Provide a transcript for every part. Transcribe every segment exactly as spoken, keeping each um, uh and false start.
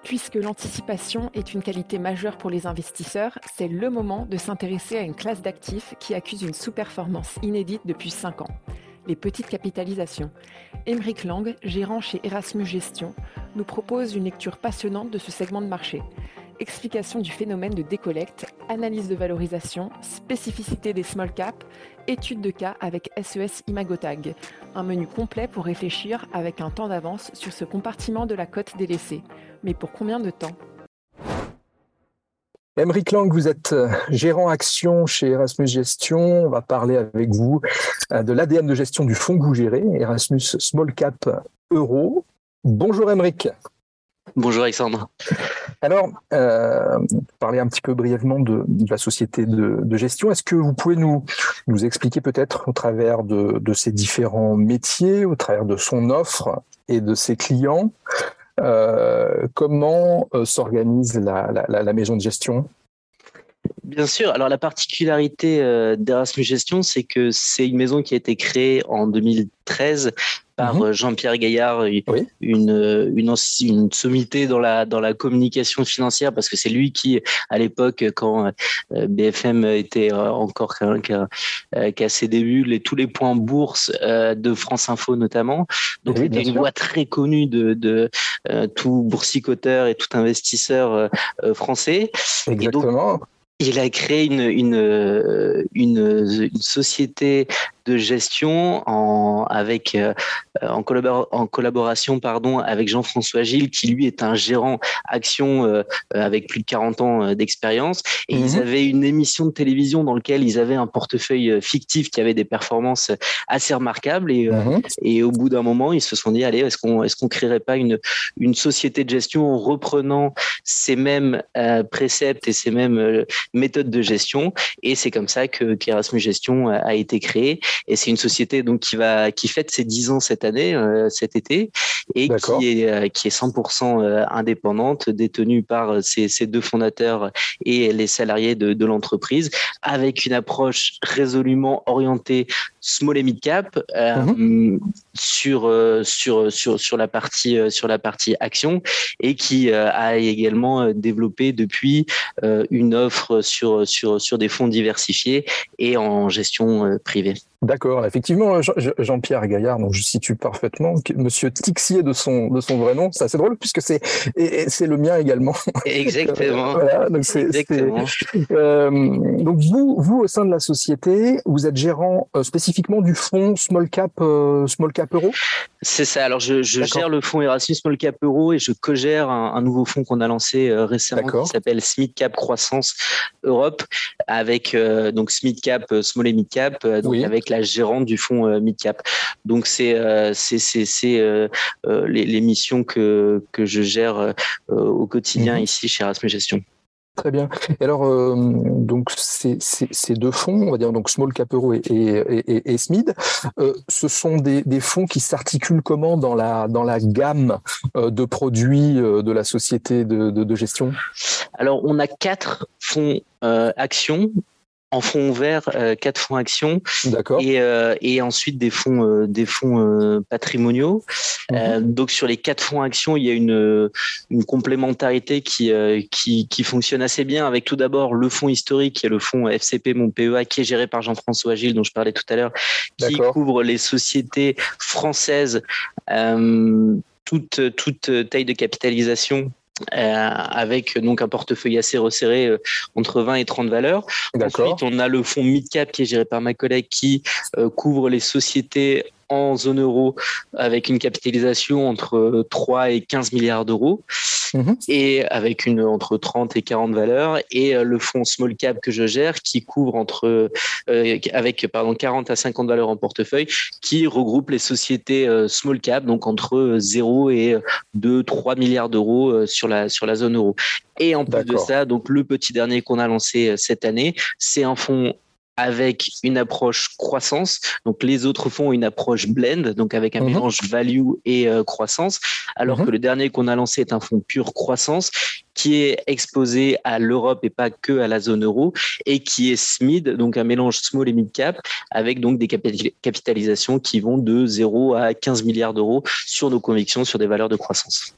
Puisque l'anticipation est une qualité majeure pour les investisseurs, c'est le moment de s'intéresser à une classe d'actifs qui accuse une sous-performance inédite depuis cinq ans. Les petites capitalisations. Aymeric Lang, gérant chez Erasmus Gestion, nous propose une lecture passionnante de ce segment de marché. Explication du phénomène de décollecte, analyse de valorisation, spécificité des small caps, étude de cas avec S E S Imagotag. Un menu complet pour réfléchir avec un temps d'avance sur ce compartiment de la cote délaissée. Mais pour combien de temps ? Aymeric Lang, vous êtes gérant action chez Erasmus Gestion. On va parler avec vous de l'A D N de gestion du fonds que vous gérez, Erasmus Small Cap Euro. Bonjour Aymeric. Bonjour Alexandre. Alors, euh, parler un petit peu brièvement de, de la société de, de gestion. Est-ce que vous pouvez nous, nous expliquer peut-être au travers de, de ses différents métiers, au travers de son offre et de ses clients, euh, comment euh, s'organise la, la, la maison de gestion ? Bien sûr. Alors la particularité euh, d'Erasmus Gestion, c'est que c'est une maison qui a été créée en deux mille treize par mmh. Jean-Pierre Gaillard, oui. une, une, une sommité dans la, dans la communication financière, parce que c'est lui qui, à l'époque, quand B F M était encore qu'à, qu'à ses débuts, les, tous les points bourse de France Info notamment. Donc, oui, c'était une sûr. voix très connue de, de euh, tout boursicoteur et tout investisseur euh, français. Exactement. Et donc, il a créé une, une, une, une société de gestion en, avec, euh, en, collabor- en collaboration pardon, avec Jean-François Gilles, qui lui est un gérant action euh, avec plus de quarante ans d'expérience. Et mmh. ils avaient une émission de télévision dans laquelle ils avaient un portefeuille fictif qui avait des performances assez remarquables. Et, mmh. euh, et au bout d'un moment, ils se sont dit, allez, est-ce qu'on est-ce qu'on créerait pas une, une société de gestion en reprenant ces mêmes euh, préceptes et ces mêmes euh, méthodes de gestion? Et c'est comme ça que qu'Erasmus Gestion a, a été créé. Et c'est une société donc qui va qui fête ses dix ans cette année, euh, cet été, et D'accord. qui est euh, qui est cent pour cent indépendante, détenue par ses, ses deux fondateurs et les salariés de, de l'entreprise, avec une approche résolument orientée small et mid cap euh, mmh. sur euh, sur sur sur la partie euh, sur la partie action, et qui euh, a également développé depuis euh, une offre sur sur sur des fonds diversifiés et en gestion euh, privée. D'accord, effectivement, Jean-Pierre Gaillard, donc je situe parfaitement, Monsieur Tixier de son de son vrai nom, c'est assez drôle puisque c'est et, et c'est le mien également. Exactement. Voilà, donc c'est, Exactement. c'est euh, donc vous vous au sein de la société, vous êtes gérant euh, spécifiquement du fonds Small Cap euh, Small Cap Euro. C'est ça. Alors je, je gère le fonds Erasmus Small Cap Euro et je co-gère un, un nouveau fonds qu'on a lancé euh, récemment D'accord. qui s'appelle Smid Cap Croissance Europe, avec euh, donc Smid Cap Small et Mid Cap, euh, donc oui. avec la gérante du fonds euh, Mid Cap. Donc c'est euh, c'est c'est c'est euh, euh, les, les missions que que je gère euh, au quotidien mmh. ici chez Erasmus Gestion. Très bien. Et alors, euh, donc ces, ces, ces deux fonds, on va dire donc Small Cap Euro et, et, et, et Smid, euh, ce sont des, des fonds qui s'articulent comment dans la dans la gamme euh, de produits euh, de la société de, de, de gestion ? Alors, on a quatre fonds euh, actions. En fonds ouverts, euh, quatre fonds actions, D'accord. et euh, et ensuite des fonds euh, des fonds euh, patrimoniaux. Mmh. Euh, donc sur les quatre fonds actions, il y a une une complémentarité qui euh, qui qui fonctionne assez bien, avec tout d'abord le fonds historique, qui est le fonds F C P Mon P E A, qui est géré par Jean-François Gilles, dont je parlais tout à l'heure, qui D'accord. couvre les sociétés françaises, euh, toute toute taille de capitalisation. Euh, avec donc un portefeuille assez resserré euh, entre vingt et trente valeurs. D'accord. Ensuite, on a le fonds Midcap qui est géré par ma collègue, qui euh, couvre les sociétés en zone euro avec une capitalisation entre trois et quinze milliards d'euros, mmh. et avec une entre trente et quarante valeurs, et le fonds Small Cap que je gère qui couvre entre euh, avec pardon quarante à cinquante valeurs en portefeuille, qui regroupe les sociétés euh, Small Cap, donc entre zéro et deux trois milliards d'euros euh, sur la sur la zone euro. Et en plus D'accord. de ça, donc le petit dernier qu'on a lancé cette année, c'est un fonds avec une approche croissance. Donc les autres fonds ont une approche blend, donc avec un mmh. mélange value et euh, croissance, alors mmh. que le dernier qu'on a lancé est un fonds pure croissance, qui est exposé à l'Europe et pas que à la zone euro, et qui est Smid, donc un mélange small et mid cap, avec donc des capitalisations qui vont de zéro à quinze milliards d'euros sur nos convictions sur des valeurs de croissance.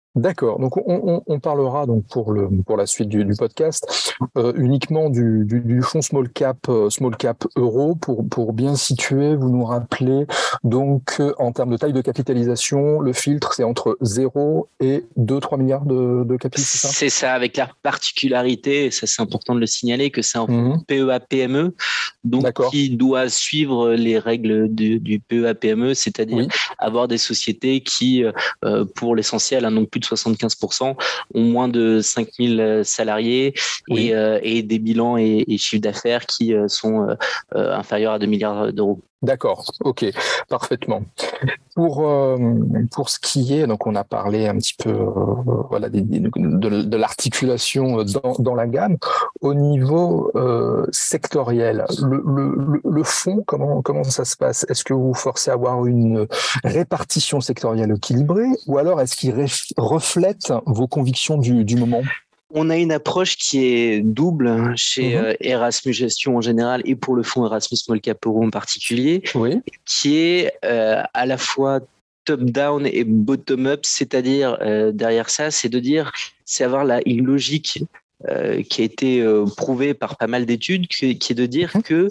D'accord. Donc on, on, on parlera donc pour le pour la suite du, du podcast euh, uniquement du, du, du fonds small cap euh, small cap euro pour pour bien situer. Vous nous rappelez donc euh, en termes de taille de capitalisation, le filtre c'est entre zéro et deux trois milliards de, de capital, c'est ça? C'est ça, avec la particularité, et ça c'est important de le signaler, que c'est un fonds mmh. P E A P M E, donc D'accord. qui doit suivre les règles du, du P E A P M E, c'est-à-dire oui. avoir des sociétés qui, euh, pour l'essentiel, hein, donc plus de soixante-quinze pour cent, ont moins de cinq mille salariés oui. et, euh, et des bilans et, et chiffres d'affaires qui euh, sont euh, inférieurs à deux milliards d'euros. D'accord, ok, parfaitement. Pour euh, pour ce qui est, donc on a parlé un petit peu euh, voilà de, de, de l'articulation dans, dans la gamme. Au niveau euh, sectoriel, le, le, le fonds, comment comment ça se passe? Est-ce que vous vous forcez à avoir une répartition sectorielle équilibrée, ou alors est-ce qu'il reflète vos convictions du, du moment? On a une approche qui est double chez mmh. Erasmus Gestion en général et pour le fonds Erasmus Small Cap Euro en particulier, oui. qui est euh, à la fois top-down et bottom-up, c'est-à-dire euh, derrière ça, c'est de dire, c'est avoir la, une logique euh, qui a été euh, prouvée par pas mal d'études, qui, qui est de dire mmh. que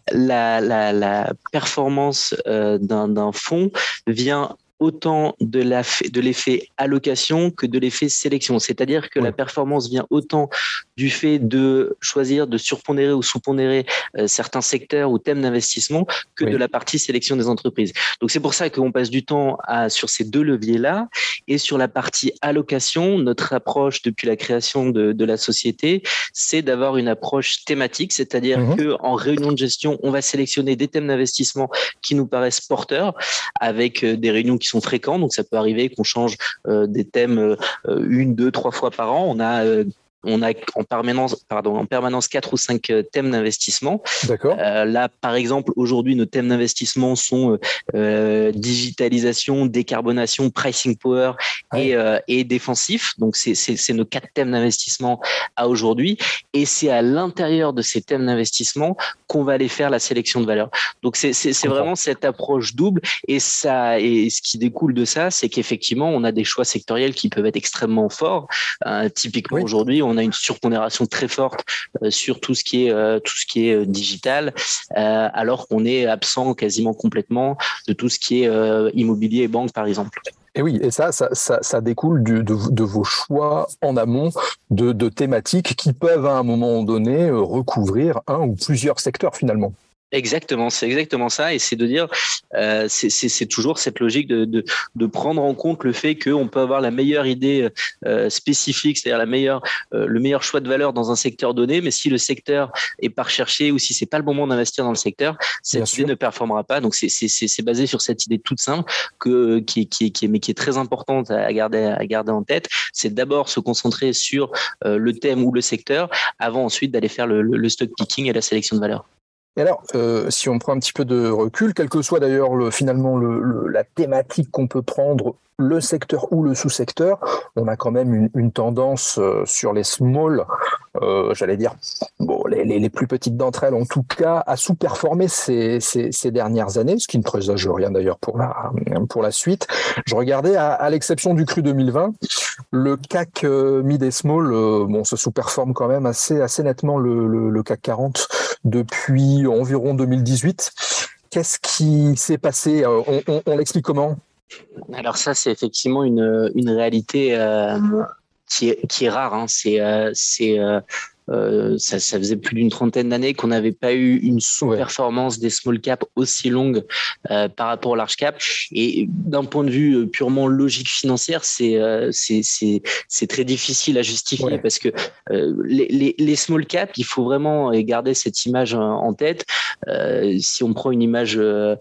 la, la, la performance euh, d'un, d'un fonds vient autant de, la, de l'effet allocation que de l'effet sélection. C'est-à-dire que oui. la performance vient autant du fait de choisir de surpondérer ou sous-pondérer euh, certains secteurs ou thèmes d'investissement que oui. de la partie sélection des entreprises. Donc c'est pour ça qu'on passe du temps à, sur ces deux leviers-là. Et sur la partie allocation, notre approche depuis la création de, de la société, c'est d'avoir une approche thématique, c'est-à-dire mmh. qu'en réunion de gestion, on va sélectionner des thèmes d'investissement qui nous paraissent porteurs, avec euh, des réunions qui sont fréquents, donc ça peut arriver qu'on change euh, des thèmes euh, une, deux, trois fois par an. On a euh, On a en permanence, pardon, en permanence quatre ou cinq thèmes d'investissement. D'accord. Euh, là, par exemple, aujourd'hui, nos thèmes d'investissement sont euh, digitalisation, décarbonation, pricing power ouais. et, euh, et défensif. Donc, c'est, c'est, c'est nos quatre thèmes d'investissement à aujourd'hui. Et c'est à l'intérieur de ces thèmes d'investissement qu'on va aller faire la sélection de valeur. Donc, c'est, c'est, c'est vraiment cette approche double. Et ça, et ce qui découle de ça, c'est qu'effectivement, on a des choix sectoriels qui peuvent être extrêmement forts. Euh, typiquement, oui. aujourd'hui, on a une surpondération très forte euh, sur tout ce qui est euh, tout ce qui est euh, digital, euh, alors qu'on est absent quasiment complètement de tout ce qui est euh, immobilier et banque, par exemple. Et oui, et ça, ça, ça, ça découle du, de, de vos choix en amont de, de thématiques qui peuvent à un moment donné recouvrir un ou plusieurs secteurs finalement. Exactement, c'est exactement ça, et c'est de dire, euh, c'est, c'est, c'est toujours cette logique de, de, de prendre en compte le fait qu'on peut avoir la meilleure idée euh, spécifique, c'est-à-dire la meilleure, euh, le meilleur choix de valeur dans un secteur donné, mais si le secteur est pas recherché ou si c'est pas le bon moment d'investir dans le secteur, cette Bien idée sûr. ne performera pas. Donc c'est, c'est, c'est, c'est basé sur cette idée toute simple que qui, qui, qui est mais qui est très importante à garder à garder en tête. C'est d'abord se concentrer sur euh, le thème ou le secteur, avant ensuite d'aller faire le, le, le stock picking et la sélection de valeur. Et alors, euh, si on prend un petit peu de recul, quel que soit d'ailleurs le, finalement le, le, la thématique qu'on peut prendre, le secteur ou le sous-secteur, on a quand même une, une tendance euh, sur les small, euh, j'allais dire, bon, les, les, les plus petites d'entre elles en tout cas, à sous-performer ces, ces, ces dernières années, ce qui ne présage rien d'ailleurs pour la, pour la suite. Je regardais, à, à l'exception du cru deux mille vingt, le C A C euh, mid et small, euh, bon, ça sous-performe quand même assez, assez nettement le, le, le C A C quarante depuis environ deux mille dix-huit. Qu'est-ce qui s'est passé? On, on, on l'explique comment? Alors ça, c'est effectivement une, une réalité euh, qui, est, qui est rare. Hein. C'est, euh, c'est, euh, euh, ça, ça faisait plus d'une trentaine d'années qu'on n'avait pas eu une sous-performance ouais. des small cap aussi longue euh, par rapport au large cap. Et d'un point de vue purement logique financière, c'est, euh, c'est, c'est, c'est très difficile à justifier ouais. parce que euh, les, les, les small cap, il faut vraiment garder cette image en tête. Euh, si on prend une image euh,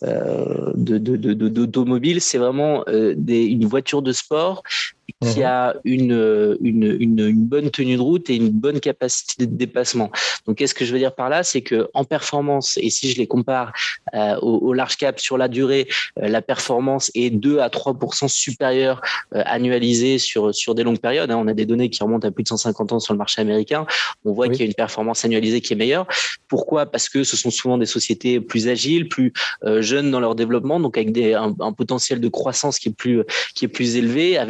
de, de, de, de, d'automobile, c'est vraiment euh, des, une voiture de sport qui a une, une, une, une bonne tenue de route et une bonne capacité de dépassement. Donc, qu'est-ce que je veux dire par là? C'est que en performance, et si je les compare euh, au, au large cap sur la durée, euh, la performance est deux à trois pour cent supérieure euh, annualisée sur, sur des longues périodes. Hein. On a des données qui remontent à plus de cent cinquante ans sur le marché américain. On voit oui. qu'il y a une performance annualisée qui est meilleure. Pourquoi? Parce que ce sont souvent des sociétés plus agiles, plus euh, jeunes dans leur développement, donc avec des, un, un potentiel de croissance qui est plus, qui est plus élevé, avec souvent des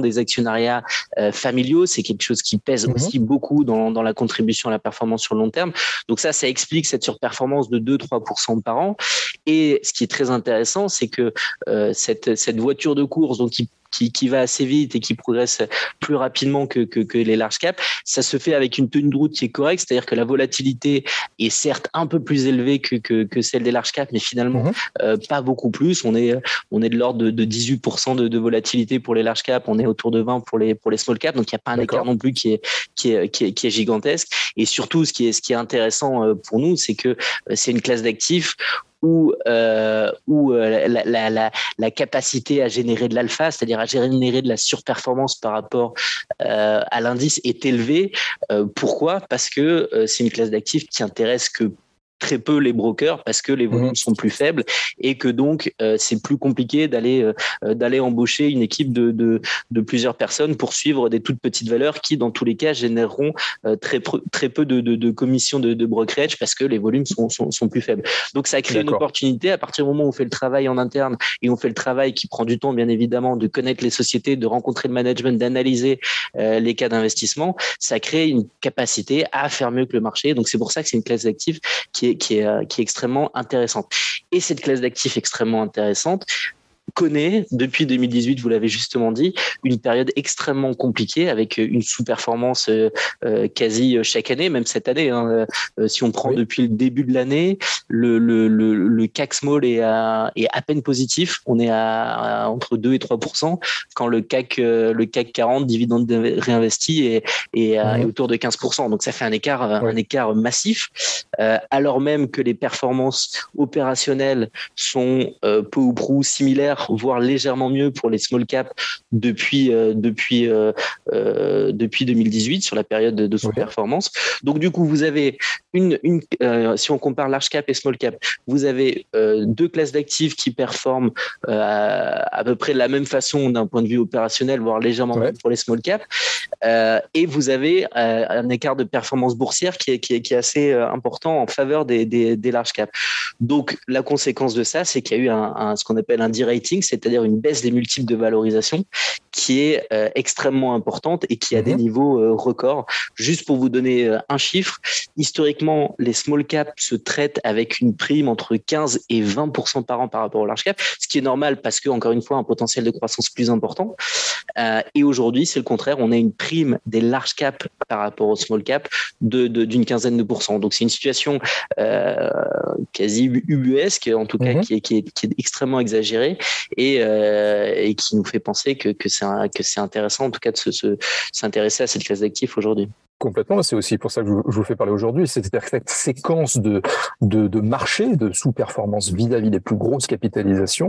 des actionnariats euh, familiaux, c'est quelque chose qui pèse mmh. aussi beaucoup dans, dans la contribution à la performance sur le long terme. Donc ça, ça explique cette surperformance de deux à trois pour cent par an. Et ce qui est très intéressant, c'est que euh, cette, cette voiture de course, donc qui Qui, qui va assez vite et qui progresse plus rapidement que, que, que les large caps, ça se fait avec une tenue de route qui est correcte, c'est-à-dire que la volatilité est certes un peu plus élevée que, que, que celle des large caps, mais finalement mmh. euh, pas beaucoup plus. On est, on est de l'ordre de, de dix-huit pour cent de, de volatilité pour les large caps, on est autour de vingt pour les, pour les small caps, donc il n'y a pas un D'accord. écart non plus qui est, qui, est, qui, est, qui est gigantesque. Et surtout, ce qui est, ce qui est intéressant pour nous, c'est que c'est une classe d'actifs où, euh, où euh, la, la, la, la capacité à générer de l'alpha, c'est-à-dire à générer de la surperformance par rapport euh, à l'indice est élevée. Euh, pourquoi ? Parce que euh, c'est une classe d'actifs qui intéresse que très peu les brokers parce que les volumes mmh. sont plus faibles et que donc euh, c'est plus compliqué d'aller euh, d'aller embaucher une équipe de, de de plusieurs personnes pour suivre des toutes petites valeurs qui dans tous les cas généreront euh, très très peu de, de, de commissions de, de brokerage parce que les volumes sont sont, sont plus faibles. Donc ça crée D'accord. une opportunité à partir du moment où on fait le travail en interne et on fait le travail qui prend du temps bien évidemment de connaître les sociétés, de rencontrer le management, d'analyser euh, les cas d'investissement, ça crée une capacité à faire mieux que le marché. Donc c'est pour ça que c'est une classe d'actifs qui est, qui est, qui est extrêmement intéressante. Et cette classe d'actifs extrêmement intéressante connaît, depuis deux mille dix-huit, vous l'avez justement dit, une période extrêmement compliquée avec une sous-performance euh, euh, quasi chaque année, même cette année. Hein, euh, si on prend oui. depuis le début de l'année, le, le, le, le C A C Small est à, est à peine positif. On est à, à entre deux et trois pour cent, quand le C A C, euh, le C A C quarante, dividende réinvesti, est, est, mmh. est autour de quinze pour cent. Donc ça fait un écart, oui. un écart massif, euh, alors même que les performances opérationnelles sont euh, peu ou prou similaires, voire légèrement mieux pour les small caps depuis euh, depuis euh, euh, depuis deux mille dix-huit sur la période de, de sous-performance. Oui. Donc du coup vous avez une une euh, si on compare large cap et small cap, vous avez euh, deux classes d'actifs qui performent euh, à, à peu près de la même façon d'un point de vue opérationnel, voire légèrement ouais. mieux pour les small cap. Euh, et vous avez euh, un écart de performance boursière qui est qui est, qui est assez euh, important en faveur des, des des large cap. Donc la conséquence de ça, c'est qu'il y a eu un, un ce qu'on appelle un de-rating, c'est-à-dire une baisse des multiples de valorisation qui est euh, extrêmement importante et qui a mmh. des niveaux euh, records. Juste pour vous donner euh, un chiffre, historiquement, les small caps se traitent avec une prime entre quinze et vingt pour cent par an par rapport aux large cap, ce qui est normal parce que, encore une fois, un potentiel de croissance plus important. Euh, et aujourd'hui, c'est le contraire. On a une prime des large cap par rapport aux small cap de, de, d'une quinzaine de pourcents. Donc, c'est une situation euh, quasi ubuesque, en tout cas, mmh. qui, est, qui, est, qui est extrêmement exagérée. Et, euh, et qui nous fait penser que, que, c'est un, que c'est intéressant en tout cas de se, se, s'intéresser à cette classe d'actifs aujourd'hui. Complètement, c'est aussi pour ça que je, je vous fais parler aujourd'hui, c'est-à-dire que cette séquence de, de, de marché, de sous-performance vis-à-vis des plus grosses capitalisations,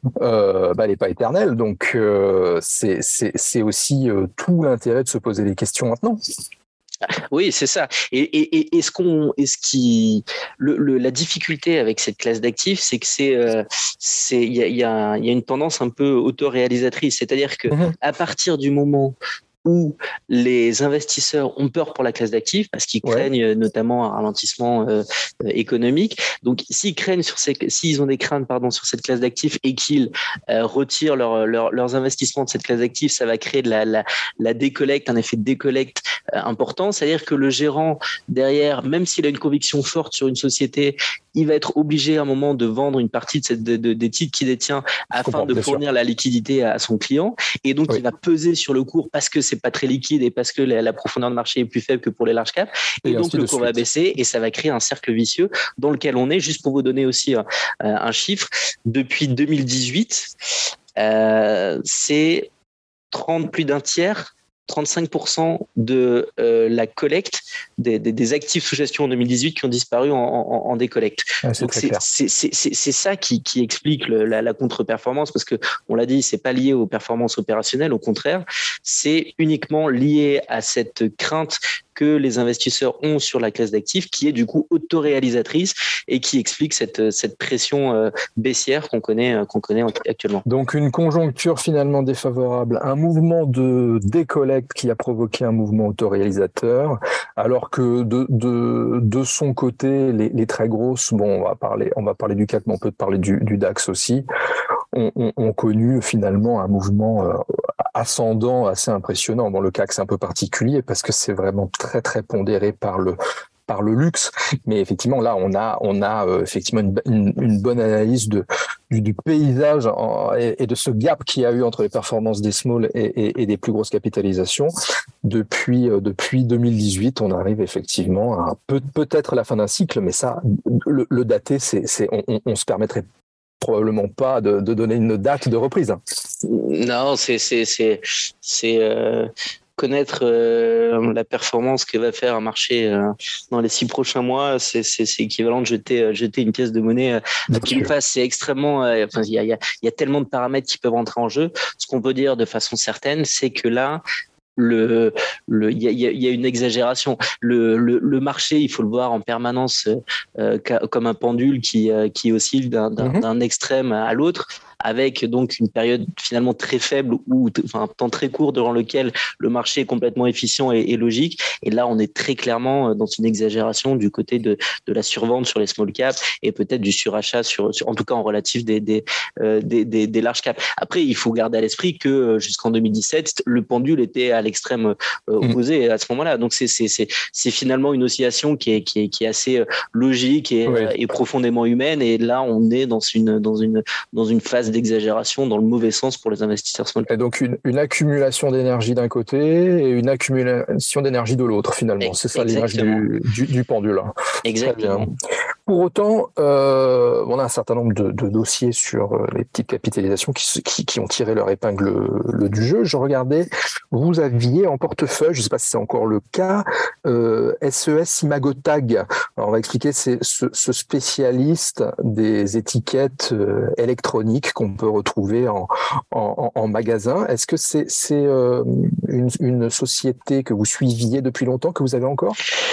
euh, bah, elle n'est pas éternelle, donc euh, c'est, c'est, c'est aussi euh, tout l'intérêt de se poser des questions maintenant. Oui, c'est ça. Et, et, et, ce qu'on, et ce qui, le, le, la difficulté avec cette classe d'actifs, c'est que c'est, euh, c'est, il y a, y a, y a une tendance un peu autoréalisatrice. C'est-à-dire que mmh. à partir du moment où les investisseurs ont peur pour la classe d'actifs parce qu'ils ouais. craignent notamment un ralentissement euh, économique. Donc, s'ils craignent sur ces, s'ils ont des craintes pardon sur cette classe d'actifs et qu'ils euh, retirent leur, leur, leurs investissements de cette classe d'actifs, ça va créer de la, la, la décollecte, un effet de décollecte euh, important. C'est-à-dire que le gérant derrière, même s'il a une conviction forte sur une société, il va être obligé à un moment de vendre une partie de cette, de, de, des titres qu'il détient afin de fournir sûr. la liquidité à son client. Et donc, oui. il va peser sur le cours parce que c'est pas très liquide et parce que la, la profondeur de marché est plus faible que pour les large caps. Et, et donc, le cours va baisser et ça va créer un cercle vicieux dans lequel on est. Juste pour vous donner aussi euh, un chiffre, depuis deux mille dix-huit, euh, c'est trente, plus d'un tiers trente-cinq pour cent de euh, la collecte des, des, des actifs sous gestion en deux mille dix-huit qui ont disparu en, en, en décollecte. Ah, c'est, Donc c'est, c'est, c'est, c'est, c'est ça qui, qui explique le, la, la contre-performance, parce que on l'a dit, c'est pas lié aux performances opérationnelles, au contraire, c'est uniquement lié à cette crainte que les investisseurs ont sur la classe d'actifs, qui est du coup autoréalisatrice et qui explique cette, cette pression euh, baissière qu'on connaît, euh, qu'on connaît actuellement. Donc une conjoncture finalement défavorable, un mouvement de décollecte qui a provoqué un mouvement autoréalisateur, alors que de, de, de son côté, les, les très grosses, bon, on va parler, on va parler du C A C, mais on peut parler du, du DAX aussi, ont, ont, ont connu finalement un mouvement euh, ascendant assez impressionnant. Bon, le C A C, c'est un peu particulier parce que c'est vraiment très, très pondéré par le par le luxe, mais effectivement là on a on a euh, effectivement une, une, une bonne analyse de du, du paysage en, et, et de ce gap qu'il y a eu entre les performances des small et, et, et des plus grosses capitalisations depuis euh, depuis deux mille dix-huit. On arrive effectivement à peut, peut-être la fin d'un cycle, mais ça le, le dater c'est c'est on, on, on se permettrait probablement pas de, de donner une date de reprise. Non, c'est c'est c'est c'est euh... connaître euh, la performance que va faire un marché euh, dans les six prochains mois, c'est, c'est, c'est équivalent de jeter, euh, jeter une pièce de monnaie euh, à qui face. C'est extrêmement. Euh, enfin, il y a, y a, y a tellement de paramètres qui peuvent entrer en jeu. Ce qu'on peut dire de façon certaine, c'est que là, le le il y a, y a une exagération. Le, le le marché, il faut le voir en permanence euh, comme un pendule qui euh, qui oscille d'un d'un, mm-hmm. d'un extrême à l'autre, avec donc une période finalement très faible ou enfin un temps très court durant lequel le marché est complètement efficient et, et logique. Et là, on est très clairement dans une exagération du côté de de la survente sur les small caps et peut-être du surachat sur, sur en tout cas en relatif des des, euh, des des des large caps. Après, il faut garder à l'esprit que jusqu'en deux mille dix-sept, le pendule était à l'extrême opposé à ce moment-là. Donc c'est c'est c'est c'est finalement une oscillation qui est qui est qui est assez logique et, oui. et profondément humaine. Et là, on est dans une dans une dans une phase d'exagération dans le mauvais sens pour les investisseurs small. Et donc une, une accumulation d'énergie d'un côté et une accumulation d'énergie de l'autre finalement. C'est ça l'image du, du, du pendule. Exactement. Pour autant, euh, on a un certain nombre de, de dossiers sur les petites capitalisations qui, qui, qui ont tiré leur épingle le, du jeu. Je regardais, vous aviez en portefeuille, je ne sais pas si c'est encore le cas, euh, S E S Imagotag. Alors on va expliquer, c'est ce, ce spécialiste des étiquettes euh, électroniques qu'on peut retrouver en, en, en magasin. Est-ce que c'est, c'est euh, une, une société que vous suiviez depuis longtemps, que vous avez encore ?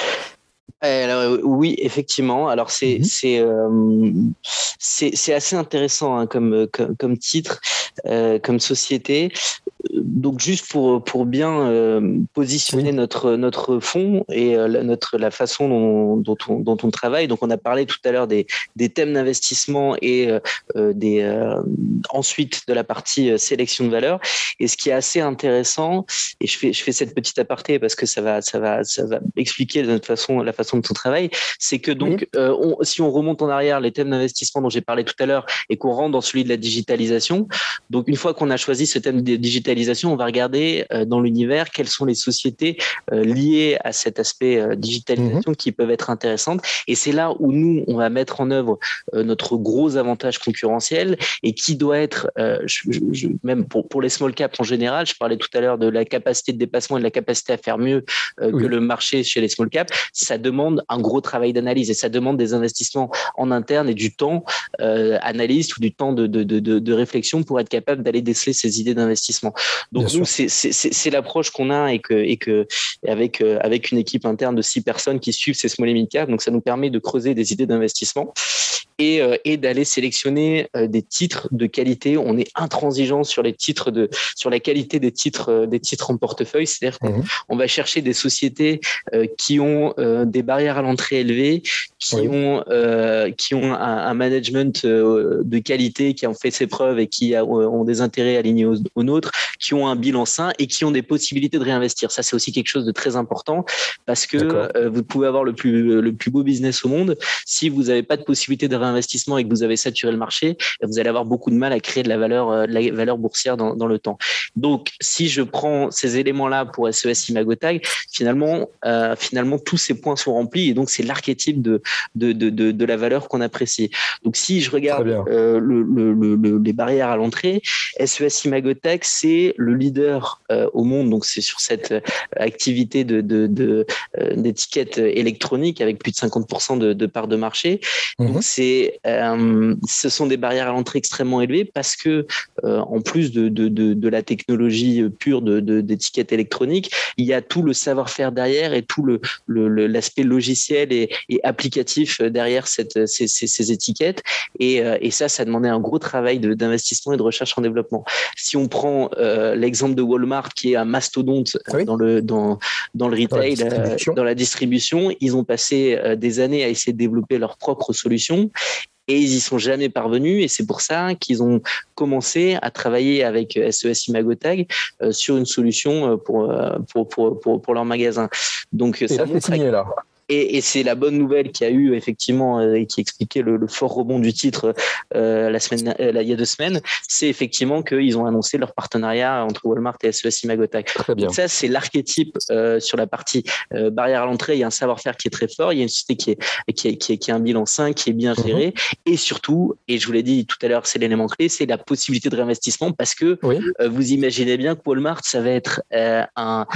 Alors, oui, effectivement. Alors c'est mmh. c'est, euh, c'est c'est assez intéressant hein, comme, comme comme titre, euh, comme société. Donc juste pour pour bien euh, positionner oui. notre notre fonds et euh, notre la façon dont dont on, dont on travaille. Donc on a parlé tout à l'heure des des thèmes d'investissement et euh, des euh, ensuite de la partie euh, sélection de valeur. Et ce qui est assez intéressant, et je fais je fais cette petite aparté parce que ça va ça va ça va expliquer de notre façon la façon dont on travaille, c'est que donc oui. euh, on, si on remonte en arrière les thèmes d'investissement dont j'ai parlé tout à l'heure et qu'on rentre dans celui de la digitalisation, donc une fois qu'on a choisi ce thème de digitalisation, on va regarder euh, dans l'univers quelles sont les sociétés euh, liées à cet aspect euh, digitalisation mmh. qui peuvent être intéressantes. Et c'est là où nous on va mettre en œuvre euh, notre gros avantage concurrentiel et qui doit être euh, je, je, même pour pour les small caps en général. Je parlais tout à l'heure de la capacité de dépassement et de la capacité à faire mieux euh, oui. que le marché chez les small caps. Ça demande un gros travail d'analyse et ça demande des investissements en interne et du temps euh, analyste ou du temps de, de, de, de réflexion pour être capable d'aller déceler ces idées d'investissement. Donc Bien nous, c'est, c'est, c'est, c'est l'approche qu'on a et que, et que avec, euh, avec une équipe interne de six personnes qui suivent ces small et mid cap, donc ça nous permet de creuser des idées d'investissement et, euh, et d'aller sélectionner euh, des titres de qualité. On est intransigeant sur les titres de, sur la qualité des titres, euh, des titres en portefeuille. C'est-à-dire qu'on mmh. on va chercher des sociétés euh, qui ont euh, des barrières à l'entrée élevées, qui oui. ont euh, qui ont un, un management euh, de qualité, qui ont fait ses preuves et qui a, euh, ont des intérêts alignés aux, aux nôtres, qui ont un bilan sain et qui ont des possibilités de réinvestir. Ça, c'est aussi quelque chose de très important parce que euh, vous pouvez avoir le plus le plus beau business au monde, si vous n'avez pas de possibilité de réinvestissement et que vous avez saturé le marché, vous allez avoir beaucoup de mal à créer de la valeur euh, de la valeur boursière dans, dans le temps. Donc, si je prends ces éléments-là pour S E S Imagotag, finalement, euh, finalement tous ces points sont remplis et donc c'est l'archétype de de de de, de la valeur qu'on apprécie. Donc, si je regarde euh, le, le, le, les barrières à l'entrée, S E S Imagotag, c'est le leader euh, au monde. Donc, c'est sur cette euh, activité de de, de euh, d'étiquettes électroniques avec plus de cinquante pour cent de, de part de marché. Mmh. Donc, c'est euh, ce sont des barrières à l'entrée extrêmement élevées parce que euh, en plus de de de, de la technologie pure de, de d'étiquettes électroniques, il y a tout le savoir-faire derrière et tout le, le, le l'aspect logiciel et, et applicatif derrière cette, ces, ces, ces étiquettes. Et, et ça, ça demandait un gros travail de, d'investissement et de recherche en développement. Si on prend euh, l'exemple de Walmart qui est un mastodonte oui. dans le dans dans le retail, dans la, euh, dans la distribution. Ils ont passé euh, des années à essayer de développer leurs propres solutions. Et ils y sont jamais parvenus, et c'est pour ça qu'ils ont commencé à travailler avec S E S Imagotag euh, sur une solution pour pour pour pour, pour leur magasin. Donc et ça là, montre. C'est signé, là. Et, et c'est la bonne nouvelle qu'il y a eu effectivement euh, et qui expliquait le, le fort rebond du titre euh, la semaine, euh, là, il y a deux semaines, c'est effectivement qu'ils ont annoncé leur partenariat entre Walmart et S E S Imagotag. Très bien. Donc ça, c'est l'archétype euh, sur la partie euh, barrière à l'entrée. Il y a un savoir-faire qui est très fort. Il y a une société qui est qui est qui est, qui est un bilan sain, qui est bien géré, mm-hmm. et surtout, et je vous l'ai dit tout à l'heure, c'est l'élément clé, c'est la possibilité de réinvestissement parce que oui. euh, vous imaginez bien que Walmart, ça va être euh, un,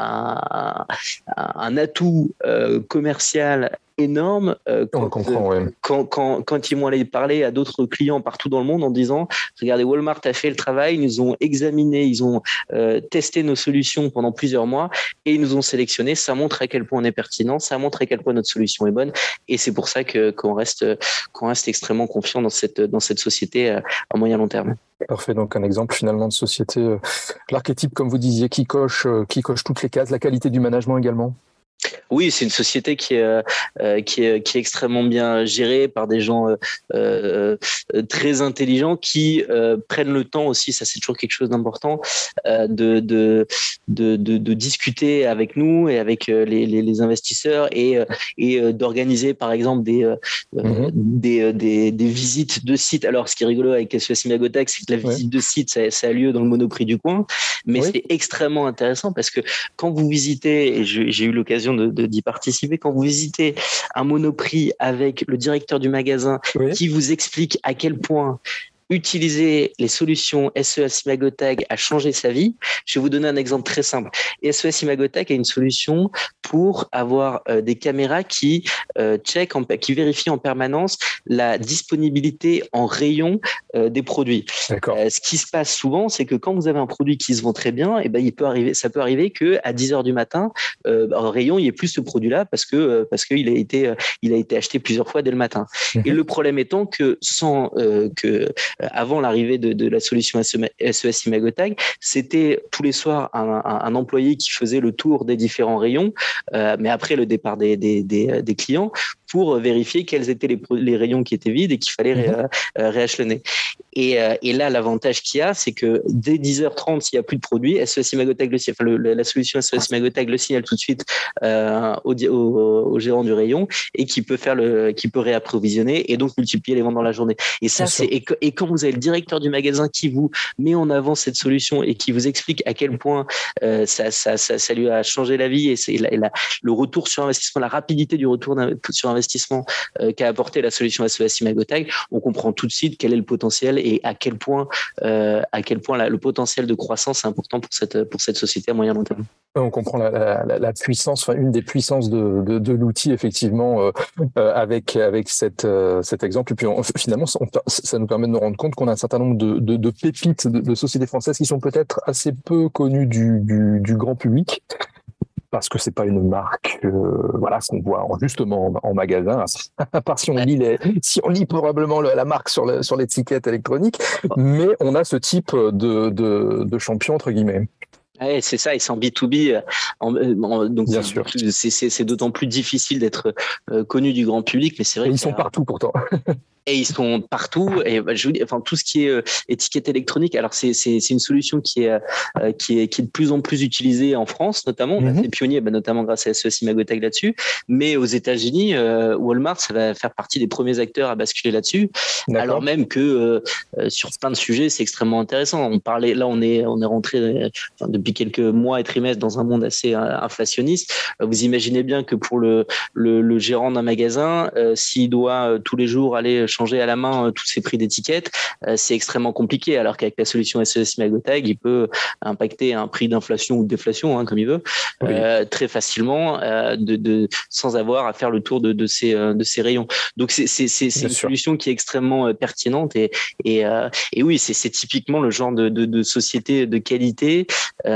un un atout euh, commercial énorme euh, quand, On comprend, euh, ouais. quand, quand, quand ils m'ont allé parler à d'autres clients partout dans le monde en disant regardez, Walmart a fait le travail, ils nous ont examiné, ils ont euh, testé nos solutions pendant plusieurs mois et ils nous ont sélectionné. Ça montre à quel point on est pertinent, ça montre à quel point notre solution est bonne, et c'est pour ça que qu'on reste qu'on reste extrêmement confiant dans cette dans cette société à moyen long terme. Parfait, donc un exemple finalement de société, euh, l'archétype comme vous disiez qui coche euh, qui coche toutes les cases, la qualité du management également. Oui, c'est une société qui est, euh, qui est, qui est extrêmement bien gérée par des gens euh, euh, très intelligents qui euh, prennent le temps aussi, ça c'est toujours quelque chose d'important, euh, de, de, de, de, de discuter avec nous et avec les, les, les investisseurs et, et d'organiser par exemple des, euh, mm-hmm. des, des, des visites de sites. Alors, ce qui est rigolo avec S E S Imagotag, c'est que la visite ouais. de site, ça, ça a lieu dans le Monoprix du coin, mais oui. c'est extrêmement intéressant parce que quand vous visitez, et je, j'ai eu l'occasion de, de d'y participer, quand vous visitez un Monoprix avec le directeur du magasin oui. qui vous explique à quel point utiliser les solutions S E S Imagotag a changé sa vie. Je vais vous donner un exemple très simple. S E S Imagotag a une solution pour avoir euh, des caméras qui euh, check, en, qui vérifient en permanence la disponibilité en rayon euh, des produits. D'accord. Euh, ce qui se passe souvent, c'est que quand vous avez un produit qui se vend très bien, et ben il peut arriver, ça peut arriver que à dix heures du matin, euh, en rayon il n'y ait plus ce produit-là parce que euh, parce qu'il a été euh, il a été acheté plusieurs fois dès le matin. Mmh. Et le problème étant que sans euh, que avant l'arrivée de, de la solution S E S Imagotag, c'était tous les soirs un, un, un employé qui faisait le tour des différents rayons, euh, mais après le départ des, des, des, des clients, pour vérifier quels étaient les, les rayons qui étaient vides et qu'il fallait ré, euh, rééchelonner. Et, euh, et là, l'avantage qu'il y a, c'est que dès dix heures trente, s'il n'y a plus de produits, S E S Imagotag, le, enfin, le, la solution S E S Imagotag le signale tout de suite euh, au, au, au gérant du rayon et qui peut faire le, qui peut réapprovisionner et donc multiplier les ventes dans la journée. Et ça, c'est et, et quand vous avez le directeur du magasin qui vous met en avant cette solution et qui vous explique à quel point euh, ça, ça, ça, ça lui a changé la vie et c'est la, la, le retour sur investissement, la rapidité du retour sur investissement euh, qu'a apporté la solution S E S Imagotag, on comprend tout de suite quel est le potentiel et à quel point, euh, à quel point la, le potentiel de croissance est important pour cette, pour cette société à moyen long terme. On comprend la, la, la puissance, enfin une des puissances de, de, de l'outil effectivement euh, euh, avec avec cette, euh, cet exemple. Et puis on, finalement, ça, on, ça nous permet de nous rendre compte qu'on a un certain nombre de, de, de pépites de, de sociétés françaises qui sont peut-être assez peu connues du, du, du grand public. Parce que c'est pas une marque, euh, voilà, qu'on voit en, justement en, en magasin. À part si on lit les, si on lit probablement le, la marque sur le, sur l'étiquette électronique, mais on a ce type de de, de champion entre guillemets. Ouais, c'est ça, et c'est en B deux B, en, en, donc Bien c'est, sûr. C'est, c'est, c'est d'autant plus difficile d'être euh, connu du grand public, mais c'est vrai. Et ils sont partout pourtant. Et ils sont partout. Et je vous dis, enfin tout ce qui est euh, étiquette électronique. Alors c'est c'est c'est une solution qui est euh, qui est qui est de plus en plus utilisée en France, notamment. Mm-hmm. On a été pionnier, bah, notamment grâce à S E S Imagotag là-dessus. Mais aux États-Unis, euh, Walmart, ça va faire partie des premiers acteurs à basculer là-dessus. D'accord. Alors même que euh, sur plein de sujets, c'est extrêmement intéressant. On parlait là, on est on est rentré enfin, depuis quelques mois et trimestres dans un monde assez euh, inflationniste. Vous imaginez bien que pour le le, le gérant d'un magasin, euh, s'il doit euh, tous les jours aller changer à la main euh, tous ces prix d'étiquette, euh, c'est extrêmement compliqué. Alors qu'avec la solution S E S Imagotag, il peut impacter un prix d'inflation ou de déflation, hein, comme il veut, oui. euh, très facilement, euh, de, de, sans avoir à faire le tour de, de ces de ces rayons. Donc c'est c'est c'est, c'est une sûr. solution qui est extrêmement euh, pertinente et et euh, et oui, c'est c'est typiquement le genre de de, de société de qualité. Euh,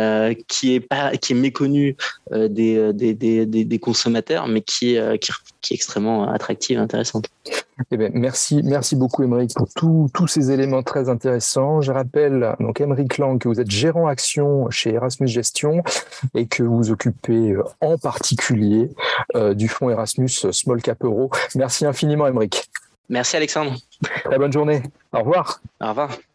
euh, qui est pas, qui est méconnue euh, des, des, des, des consommateurs, mais qui est, qui, qui est extrêmement attractive et intéressante. Eh bien, merci, merci beaucoup Aymeric pour tous tous ces éléments très intéressants. Je rappelle donc Aymeric Lang que vous êtes gérant action chez Erasmus Gestion et que vous vous occupez en particulier euh, du fonds Erasmus Small Cap Euro. Merci infiniment Aymeric. Merci Alexandre. Très bonne journée. Au revoir. Au revoir.